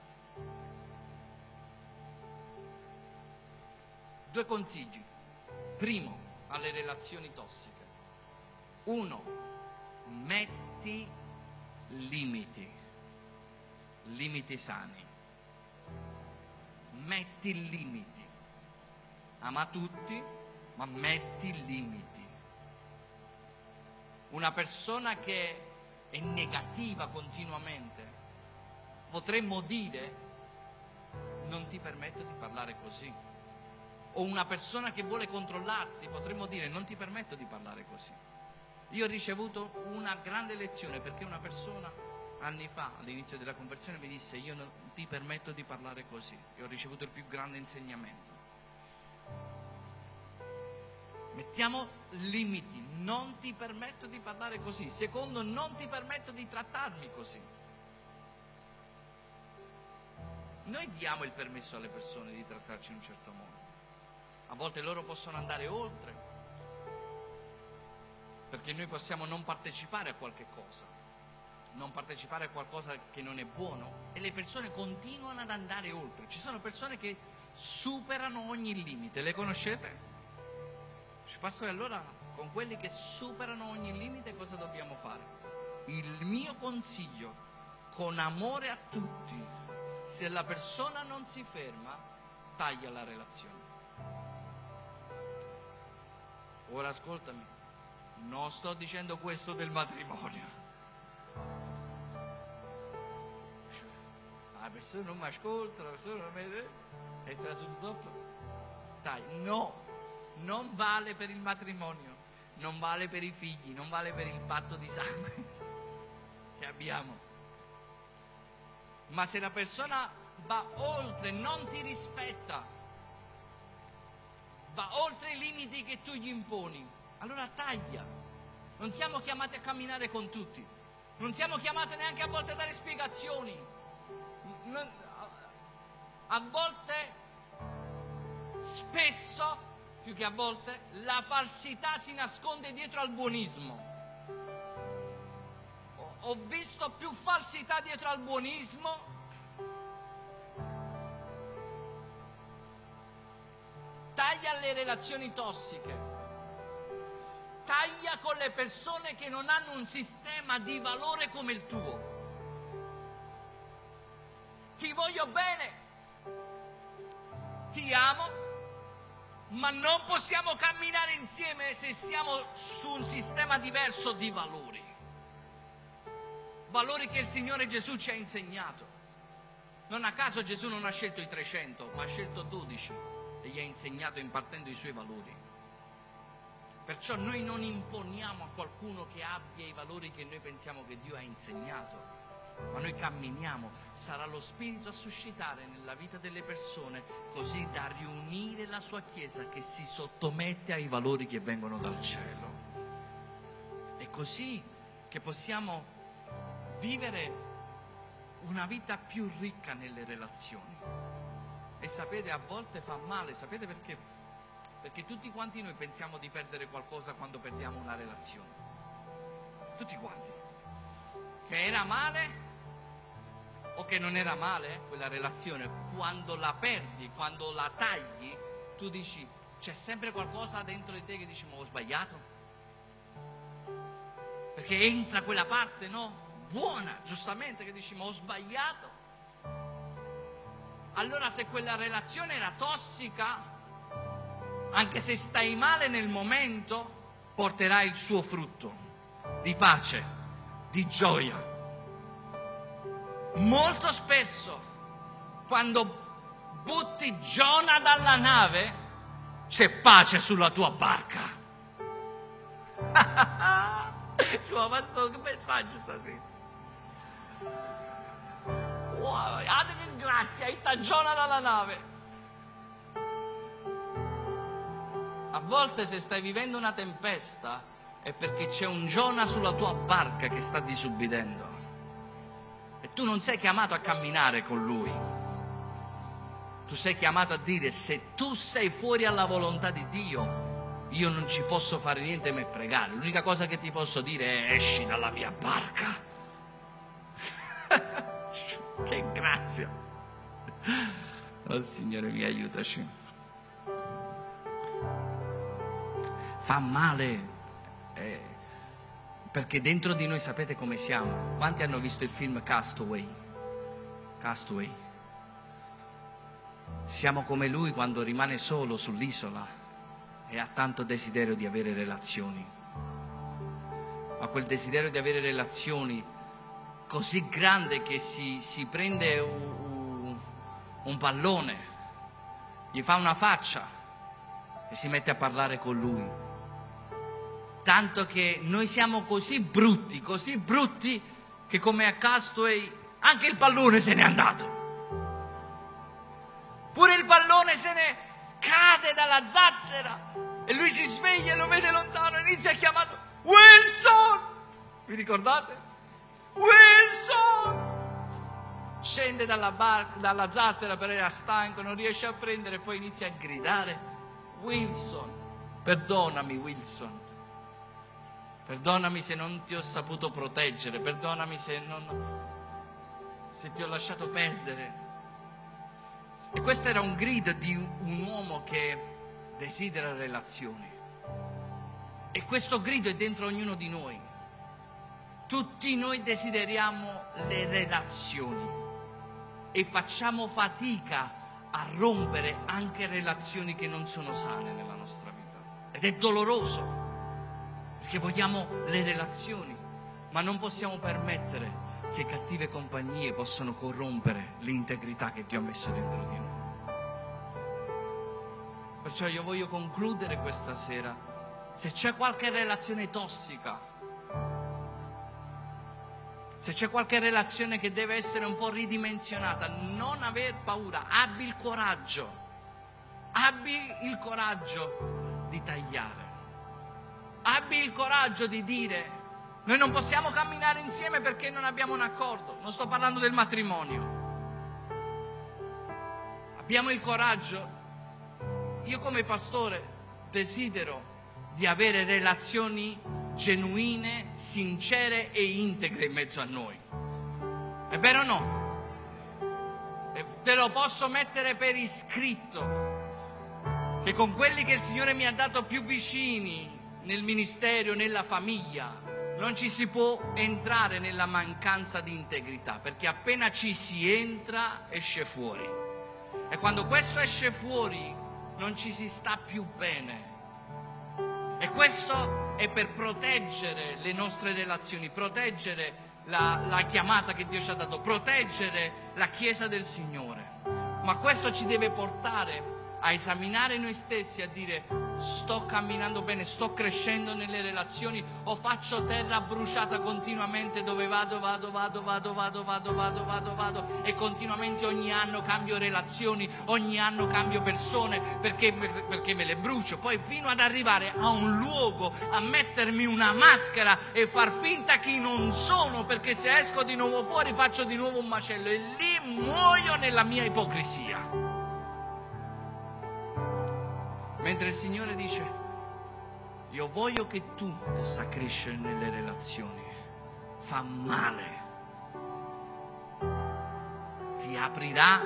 S2: 2 consigli. Primo, alle relazioni tossiche. 1, metti limiti sani. Metti limiti. Ama tutti, ma metti limiti. Una persona che è negativa continuamente, potremmo dire: non ti permetto di parlare così. O una persona che vuole controllarti, potremmo dire: non ti permetto di parlare così. Io ho ricevuto una grande lezione, perché una persona anni fa, all'inizio della conversione, mi disse: io non ti permetto di parlare così. E ho ricevuto il più grande insegnamento. Mettiamo limiti. Non ti permetto di parlare così. Secondo, non ti permetto di trattarmi così. Noi diamo il permesso alle persone di trattarci in un certo modo. A volte loro possono andare oltre, perché noi possiamo non partecipare a qualche cosa, non partecipare a qualcosa che non è buono, e le persone continuano ad andare oltre. Ci sono persone che superano ogni limite. Le conoscete? Pastore, allora con quelli che superano ogni limite cosa dobbiamo fare? Il mio consiglio, con amore a tutti: se la persona non si ferma, taglia la relazione. Ora ascoltami, non sto dicendo questo del matrimonio. La persona non mi ascolta, la persona non mi... e tra subito dopo taglia. No, non vale per il matrimonio, non vale per i figli, non vale per il patto di sangue che abbiamo. Ma se la persona va oltre, non ti rispetta, va oltre i limiti che tu gli imponi, allora taglia. Non siamo chiamati a camminare con tutti, non siamo chiamati neanche a volte a dare spiegazioni. A volte, spesso, più che a volte, la falsità si nasconde dietro al buonismo. Ho visto più falsità dietro al buonismo. Taglia le relazioni tossiche, taglia con le persone che non hanno un sistema di valore come il tuo. Ti voglio bene, ti amo, ma non possiamo camminare insieme se siamo su un sistema diverso di valori. Valori che il Signore Gesù ci ha insegnato. Non a caso Gesù non ha scelto i 300, ma ha scelto 12 e gli ha insegnato impartendo i suoi valori. Perciò noi non imponiamo a qualcuno che abbia i valori che noi pensiamo che Dio ha insegnato, ma noi camminiamo. Sarà lo Spirito a suscitare nella vita delle persone, così da riunire la sua Chiesa che si sottomette ai valori che vengono dal cielo. È così che possiamo vivere una vita più ricca nelle relazioni. E sapete, a volte fa male, sapete perché? Perché tutti quanti noi pensiamo di perdere qualcosa quando perdiamo una relazione. Tutti quanti. Che era male o che non era male quella relazione, quando la perdi, quando la tagli, tu dici, c'è sempre qualcosa dentro di te che dici, ma ho sbagliato? Perché entra quella parte, no? Buona, giustamente, che dici, ma ho sbagliato? Allora se quella relazione era tossica, anche se stai male nel momento, porterà il suo frutto di pace, di gioia. Molto spesso, quando butti Giona dalla nave, c'è pace sulla tua barca. Ma sto che messaggio stasera. Wow, che grazia, hai Giona dalla nave. A volte se stai vivendo una tempesta è perché c'è un Giona sulla tua barca che sta disubbidendo. E tu non sei chiamato a camminare con lui. Tu sei chiamato a dire, se tu sei fuori alla volontà di Dio, io non ci posso fare niente ma pregare. L'unica cosa che ti posso dire è, esci dalla mia barca. Che grazia. Oh Signore mio, aiutaci. Fa male, perché dentro di noi sapete come siamo. Quanti hanno visto il film Castaway? Castaway. Siamo come lui quando rimane solo sull'isola e ha tanto desiderio di avere relazioni. Ma quel desiderio di avere relazioni così grande che si prende un pallone, gli fa una faccia e si mette a parlare con lui. Tanto che noi siamo così brutti, che come a Castaway anche il pallone se n'è andato. Pure il pallone se ne cade dalla zattera e lui si sveglia e lo vede lontano e inizia a chiamare Wilson! Vi ricordate? Wilson! Scende dalla zattera, però era stanco, non riesce a prendere, e poi inizia a gridare Wilson, perdonami Wilson. Perdonami se non ti ho saputo proteggere, perdonami se ti ho lasciato perdere. E questo era un grido di un uomo che desidera relazioni. E questo grido è dentro ognuno di noi. Tutti noi desideriamo le relazioni e facciamo fatica a rompere anche relazioni che non sono sane nella nostra vita. Ed è doloroso. Che vogliamo le relazioni, ma non possiamo permettere che cattive compagnie possano corrompere l'integrità che Dio ha messo dentro di noi. Perciò io voglio concludere questa sera. Se c'è qualche relazione tossica, se c'è qualche relazione che deve essere un po' ridimensionata, non aver paura, abbi il coraggio di tagliare, abbi il coraggio di dire: noi non possiamo camminare insieme perché non abbiamo un accordo. Non sto parlando del matrimonio. Abbiamo il coraggio. Io come pastore desidero di avere relazioni genuine, sincere e integre in mezzo a noi. È vero o no? E te lo posso mettere per iscritto, che con quelli che il Signore mi ha dato più vicini nel ministero, nella famiglia, non ci si può entrare nella mancanza di integrità, perché appena ci si entra esce fuori, e quando questo esce fuori non ci si sta più bene. E questo è per proteggere le nostre relazioni, proteggere la chiamata che Dio ci ha dato, proteggere la Chiesa del Signore. Ma questo ci deve portare a esaminare noi stessi, a dire: sto camminando bene, sto crescendo nelle relazioni, o faccio terra bruciata continuamente, dove vado e continuamente ogni anno cambio relazioni, ogni anno cambio persone perché me le brucio, poi fino ad arrivare a un luogo, a mettermi una maschera e far finta chi non sono, perché se esco di nuovo fuori faccio di nuovo un macello, e lì muoio nella mia ipocrisia. Mentre il Signore dice: io voglio che tu possa crescere nelle relazioni. Fa male, ti aprirà.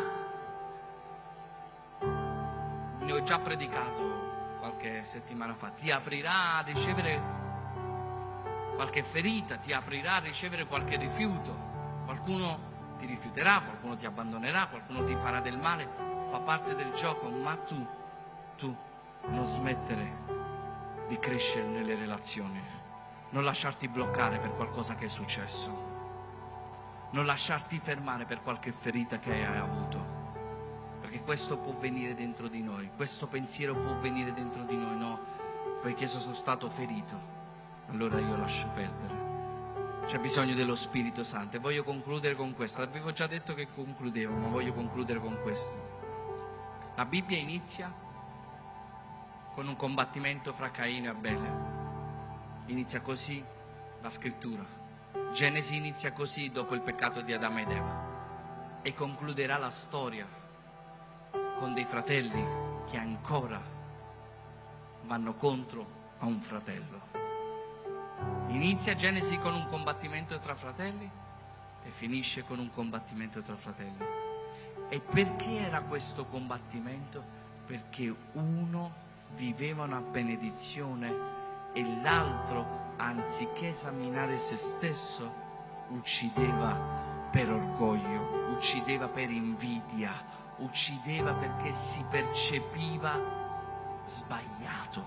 S2: Ne ho già predicato qualche settimana fa. Ti aprirà a ricevere qualche ferita, ti aprirà a ricevere qualche rifiuto. Qualcuno ti rifiuterà, qualcuno ti abbandonerà, qualcuno ti farà del male. Fa parte del gioco, ma tu non smettere di crescere nelle relazioni, non lasciarti bloccare per qualcosa che è successo, non lasciarti fermare per qualche ferita che hai avuto, perché questo può venire dentro di noi, questo pensiero può venire dentro di noi. No, perché sono stato ferito, allora io lascio perdere. C'è bisogno dello Spirito Santo. E voglio concludere con questo. Avevo già detto che concludevo, ma voglio concludere con questo. La Bibbia inizia con un combattimento fra Caino e Abele. Inizia così la scrittura. Genesi inizia così dopo il peccato di Adamo ed Eva, e concluderà la storia con dei fratelli che ancora vanno contro a un fratello. Inizia Genesi con un combattimento tra fratelli e finisce con un combattimento tra fratelli. E perché era questo combattimento? Perché uno viveva una benedizione e l'altro, anziché esaminare se stesso, uccideva per orgoglio, uccideva per invidia, uccideva perché si percepiva sbagliato.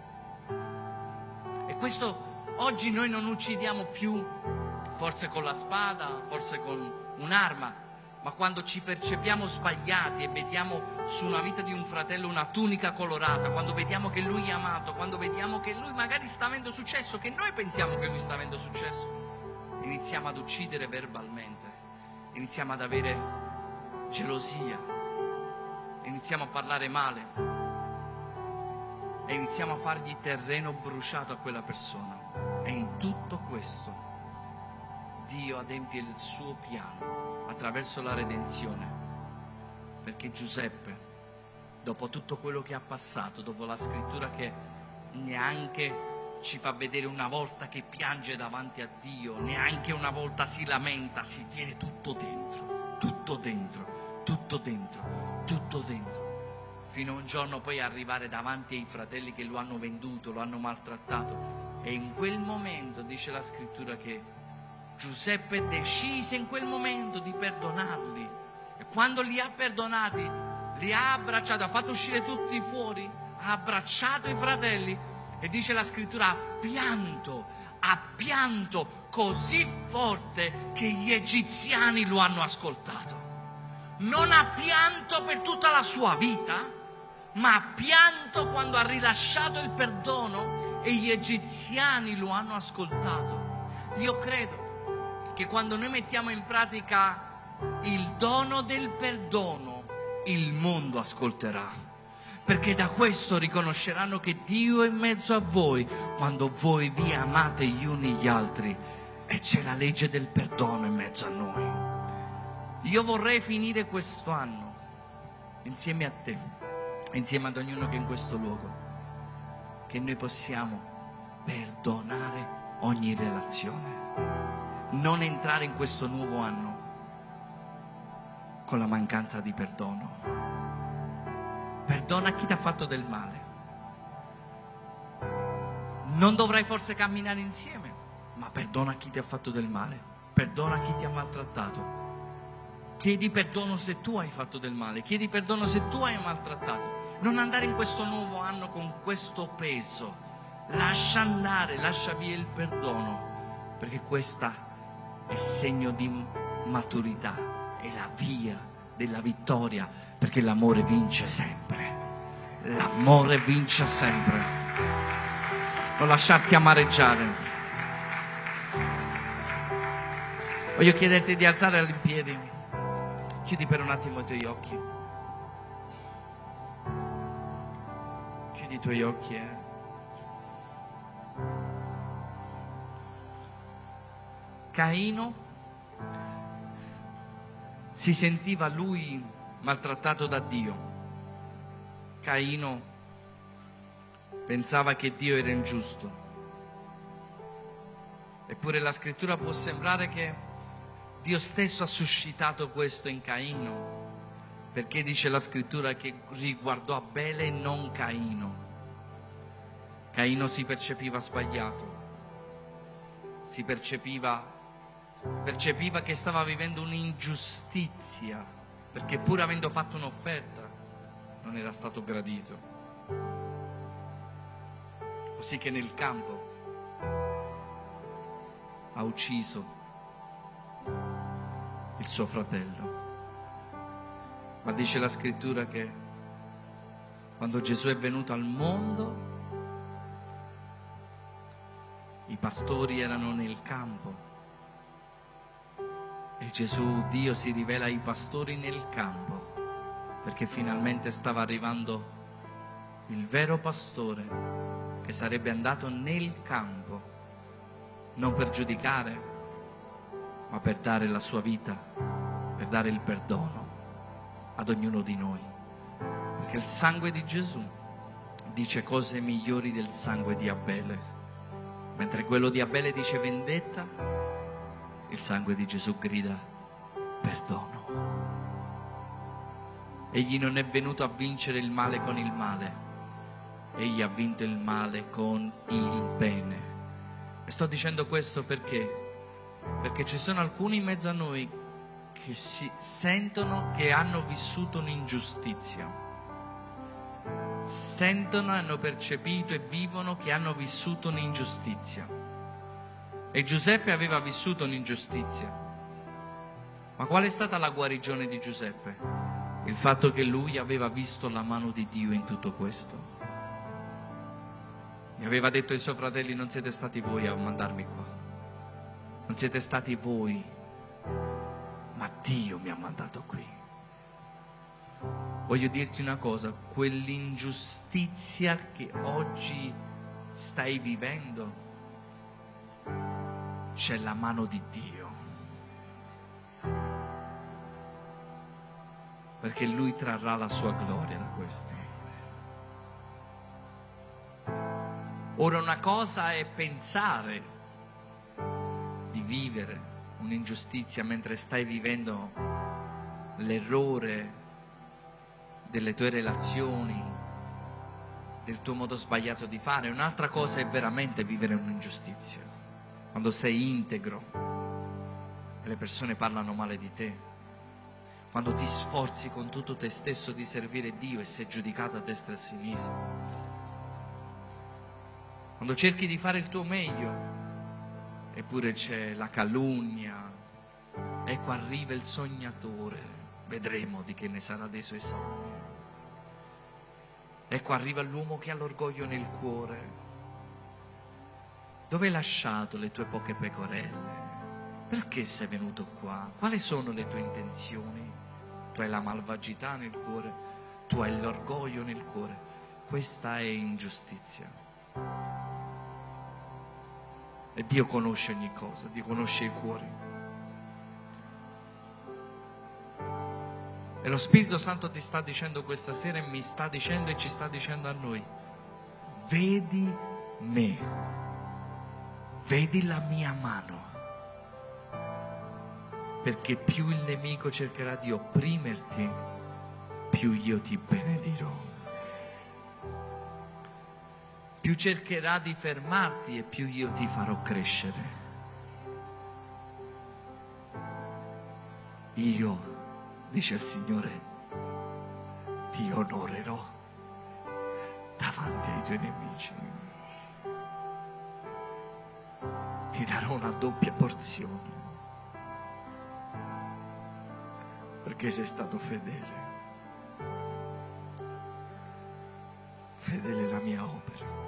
S2: E questo oggi noi non uccidiamo più, forse con la spada, forse con un'arma, ma quando ci percepiamo sbagliati e vediamo su una vita di un fratello una tunica colorata, quando vediamo che lui è amato, quando vediamo che lui magari sta avendo successo, che noi pensiamo che lui sta avendo successo, iniziamo ad uccidere verbalmente, iniziamo ad avere gelosia, iniziamo a parlare male e iniziamo a fargli terreno bruciato a quella persona. E in tutto questo Dio adempie il suo piano attraverso la redenzione, perché Giuseppe, dopo tutto quello che ha passato, dopo la scrittura che neanche ci fa vedere una volta che piange davanti a Dio, neanche una volta si lamenta, si tiene tutto dentro, tutto dentro, tutto dentro, tutto dentro, fino a un giorno poi arrivare davanti ai fratelli che lo hanno venduto, lo hanno maltrattato. E in quel momento dice la scrittura che Giuseppe decise in quel momento di perdonarli, e quando li ha perdonati, li ha abbracciati, ha fatto uscire tutti fuori, ha abbracciato i fratelli, e dice la scrittura ha pianto così forte che gli egiziani lo hanno ascoltato. Non ha pianto per tutta la sua vita, ma ha pianto quando ha rilasciato il perdono e gli egiziani lo hanno ascoltato. Io credo che quando noi mettiamo in pratica il dono del perdono, il mondo ascolterà, perché da questo riconosceranno che Dio è in mezzo a voi quando voi vi amate gli uni gli altri, e c'è la legge del perdono in mezzo a noi. Io vorrei finire questo anno insieme a te, insieme ad ognuno che è in questo luogo, che noi possiamo perdonare ogni relazione, non entrare in questo nuovo anno con la mancanza di perdono. Perdona chi ti ha fatto del male. Non dovrai forse camminare insieme, ma perdona chi ti ha fatto del male, perdona chi ti ha maltrattato. Chiedi perdono se tu hai fatto del male, chiedi perdono se tu hai maltrattato. Non andare in questo nuovo anno con questo peso. Lascia andare, lascia via il perdono, perché questa è segno di maturità, è la via della vittoria, perché l'amore vince sempre. L'amore vince sempre. Non lasciarti amareggiare. Voglio chiederti di alzare in piedi. Chiudi per un attimo i tuoi occhi. Chiudi i tuoi occhi. Caino si sentiva lui maltrattato da Dio. Caino pensava che Dio era ingiusto. Eppure la scrittura può sembrare che Dio stesso ha suscitato questo in Caino, perché dice la scrittura che riguardò Abele e non Caino. Caino si percepiva sbagliato, si percepiva che stava vivendo un'ingiustizia, perché pur avendo fatto un'offerta non era stato gradito. Così che nel campo ha ucciso il suo fratello. Ma dice la scrittura che quando Gesù è venuto al mondo, i pastori erano nel campo. E Gesù, Dio, si rivela ai pastori nel campo, perché finalmente stava arrivando il vero pastore che sarebbe andato nel campo, non per giudicare, ma per dare la sua vita, per dare il perdono ad ognuno di noi. Perché il sangue di Gesù dice cose migliori del sangue di Abele, mentre quello di Abele dice vendetta, il sangue di Gesù grida perdono. Egli non è venuto a vincere il male con il male, egli ha vinto il male con il bene. E sto dicendo questo perché ci sono alcuni in mezzo a noi che si sentono che hanno vissuto un'ingiustizia, sentono, hanno percepito e vivono che hanno vissuto un'ingiustizia. E Giuseppe aveva vissuto un'ingiustizia. Ma qual è stata la guarigione di Giuseppe? Il fatto che lui aveva visto la mano di Dio in tutto questo. E aveva detto ai suoi fratelli: non siete stati voi a mandarmi qua, non siete stati voi, ma Dio mi ha mandato qui. Voglio dirti una cosa: quell'ingiustizia che oggi stai vivendo, c'è la mano di Dio, perché Lui trarrà la sua gloria da questo. Ora, una cosa è pensare di vivere un'ingiustizia mentre stai vivendo l'errore delle tue relazioni, del tuo modo sbagliato di fare. Un'altra cosa è veramente vivere un'ingiustizia quando sei integro e le persone parlano male di te, quando ti sforzi con tutto te stesso di servire Dio e sei giudicato a destra e a sinistra, quando cerchi di fare il tuo meglio eppure c'è la calunnia. Ecco, arriva il sognatore, vedremo di che ne sarà dei suoi sogni.
S1: Ecco, arriva l'uomo che ha l'orgoglio nel cuore. Dove hai lasciato le tue poche pecorelle? Perché sei venuto qua? Quali sono le tue intenzioni? Tu hai la malvagità nel cuore, tu hai l'orgoglio nel cuore. Questa è ingiustizia. E Dio conosce ogni cosa, Dio conosce i cuori. E lo Spirito Santo ti sta dicendo questa sera, e mi sta dicendo e ci sta dicendo a noi: vedi me, vedi la mia mano, perché più il nemico cercherà di opprimerti, più io ti benedirò. Più cercherà di fermarti e più io ti farò crescere. Io, dice il Signore, ti onorerò davanti ai tuoi nemici. Ti darò una doppia porzione, perché sei stato fedele. Fedele alla mia opera.